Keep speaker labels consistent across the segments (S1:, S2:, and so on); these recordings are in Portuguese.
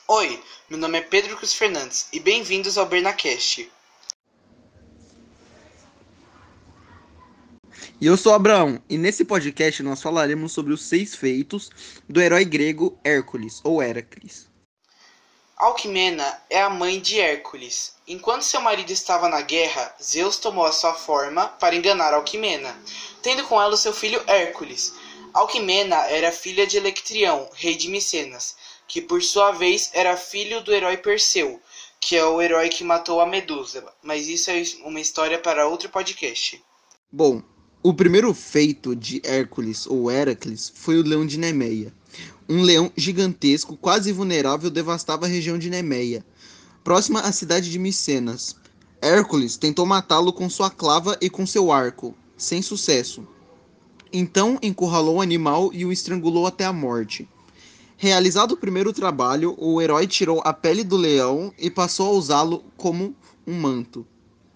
S1: Oi, meu nome é Pedro Cruz Fernandes e bem-vindos ao Bernacast.
S2: E eu sou Abraão, e nesse podcast nós falaremos sobre os 6 feitos do herói grego Hércules, ou Heracles.
S1: Alquimena é a mãe de Hércules. Enquanto seu marido estava na guerra, Zeus tomou a sua forma para enganar Alquimena, tendo com ela o seu filho Hércules. Alquimena era filha de Electrião, rei de Micenas, que por sua vez era filho do herói Perseu, que é o herói que matou a Medusa, mas isso é uma história para outro podcast.
S2: Bom, o primeiro feito de Hércules, ou Heracles, foi o leão de Nemeia. Um leão gigantesco, quase vulnerável, devastava a região de Nemeia, próxima à cidade de Micenas. Hércules tentou matá-lo com sua clava e com seu arco, sem sucesso. Então encurralou o animal e o estrangulou até a morte. Realizado o primeiro trabalho, o herói tirou a pele do leão e passou a usá-lo como um manto.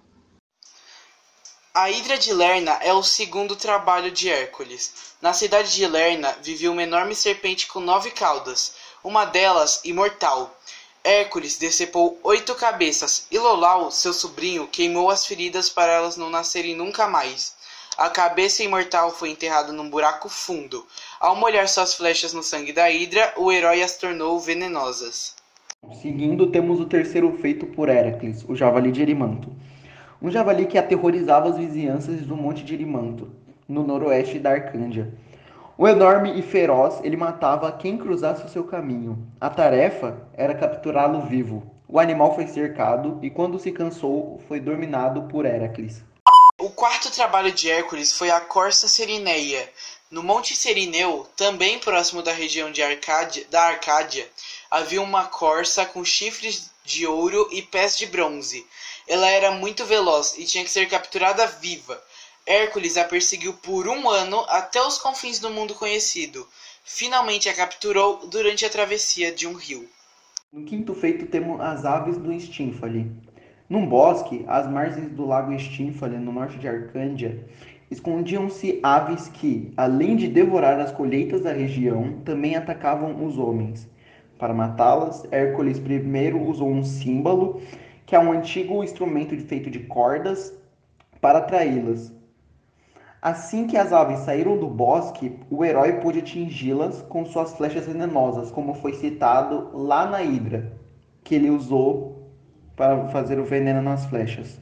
S1: A Hidra de Lerna é o segundo trabalho de Hércules. Na cidade de Lerna vivia uma enorme serpente com 9 caudas, uma delas imortal. Hércules decepou 8 cabeças e Lolau, seu sobrinho, queimou as feridas para elas não nascerem nunca mais. A cabeça imortal foi enterrada num buraco fundo. Ao molhar suas flechas no sangue da Hidra, o herói as tornou venenosas.
S3: Seguindo, temos o terceiro feito por Heracles, o javali de Erimanto. Um javali que aterrorizava as vizinhanças do Monte de Erimanto, no noroeste da Arcândia. O enorme e feroz, ele matava quem cruzasse o seu caminho. A tarefa era capturá-lo vivo. O animal foi cercado e, quando se cansou, foi dominado por Heracles.
S1: O quarto trabalho de Hércules foi a Corça Serineia. No Monte Serineu, também próximo da região da Arcádia, havia uma corça com chifres de ouro e pés de bronze. Ela era muito veloz e tinha que ser capturada viva. Hércules a perseguiu por 1 ano até os confins do mundo conhecido. Finalmente a capturou durante a travessia de um rio.
S3: No quinto feito, temos as aves do Estínfale. Num bosque, às margens do lago Estínfale, no norte de Arcândia, escondiam-se aves que, além de devorar as colheitas da região, também atacavam os homens. Para matá-las, Hércules primeiro usou um símbolo, que é um antigo instrumento feito de cordas, para atraí-las. Assim que as aves saíram do bosque, o herói pôde atingi-las com suas flechas venenosas, como foi citado lá na Hidra, que ele usou para fazer o veneno nas flechas.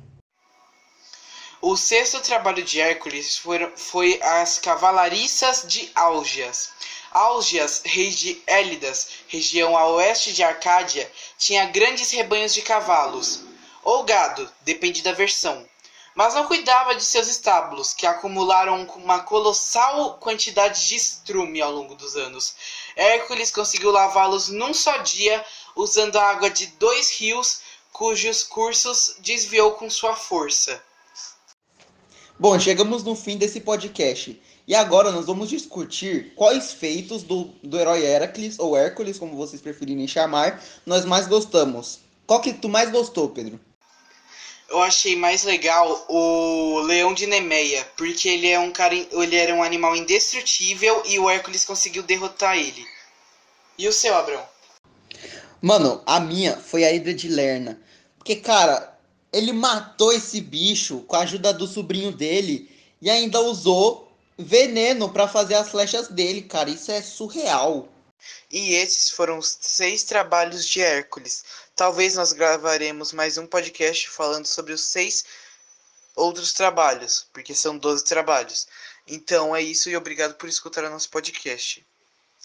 S1: O sexto trabalho de Hércules foi as cavalariças de Álgias. Álgias, rei de Élidas, região a oeste de Arcádia, tinha grandes rebanhos de cavalos, ou gado, depende da versão, mas não cuidava de seus estábulos, que acumularam uma colossal quantidade de estrume ao longo dos anos. Hércules conseguiu lavá-los num só dia, usando a água de 2 rios, cujos cursos desviou com sua força.
S2: Bom, chegamos no fim desse podcast. E agora nós vamos discutir quais feitos do herói Heracles, ou Hércules, como vocês preferirem chamar, nós mais gostamos. Qual que tu mais gostou, Pedro?
S1: Eu achei mais legal o Leão de Nemeia, porque ele era um animal indestrutível e o Hércules conseguiu derrotar ele. E o seu, Abrão?
S2: Mano, a minha foi a Hidra de Lerna. Porque, cara, ele matou esse bicho com a ajuda do sobrinho dele e ainda usou veneno pra fazer as flechas dele, cara. Isso é surreal.
S1: E esses foram os 6 trabalhos de Hércules. Talvez nós gravaremos mais um podcast falando sobre os 6 outros trabalhos, porque são 12 trabalhos. Então é isso e obrigado por escutar o nosso podcast.